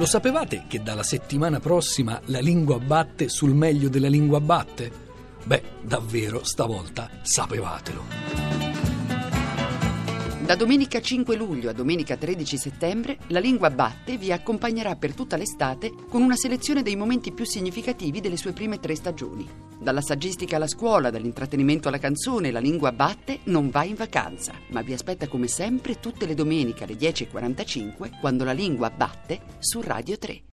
Lo sapevate che dalla settimana prossima la lingua batte sul meglio della lingua batte? Beh, davvero, stavolta sapevatelo. Da domenica 5 luglio a domenica 13 settembre, la Lingua Batte vi accompagnerà per tutta l'estate con una selezione dei momenti più significativi delle sue prime 3 stagioni. Dalla saggistica alla scuola, dall'intrattenimento alla canzone, la Lingua Batte non va in vacanza, ma vi aspetta come sempre tutte le domeniche alle 10:45 quando la Lingua batte su Radio 3.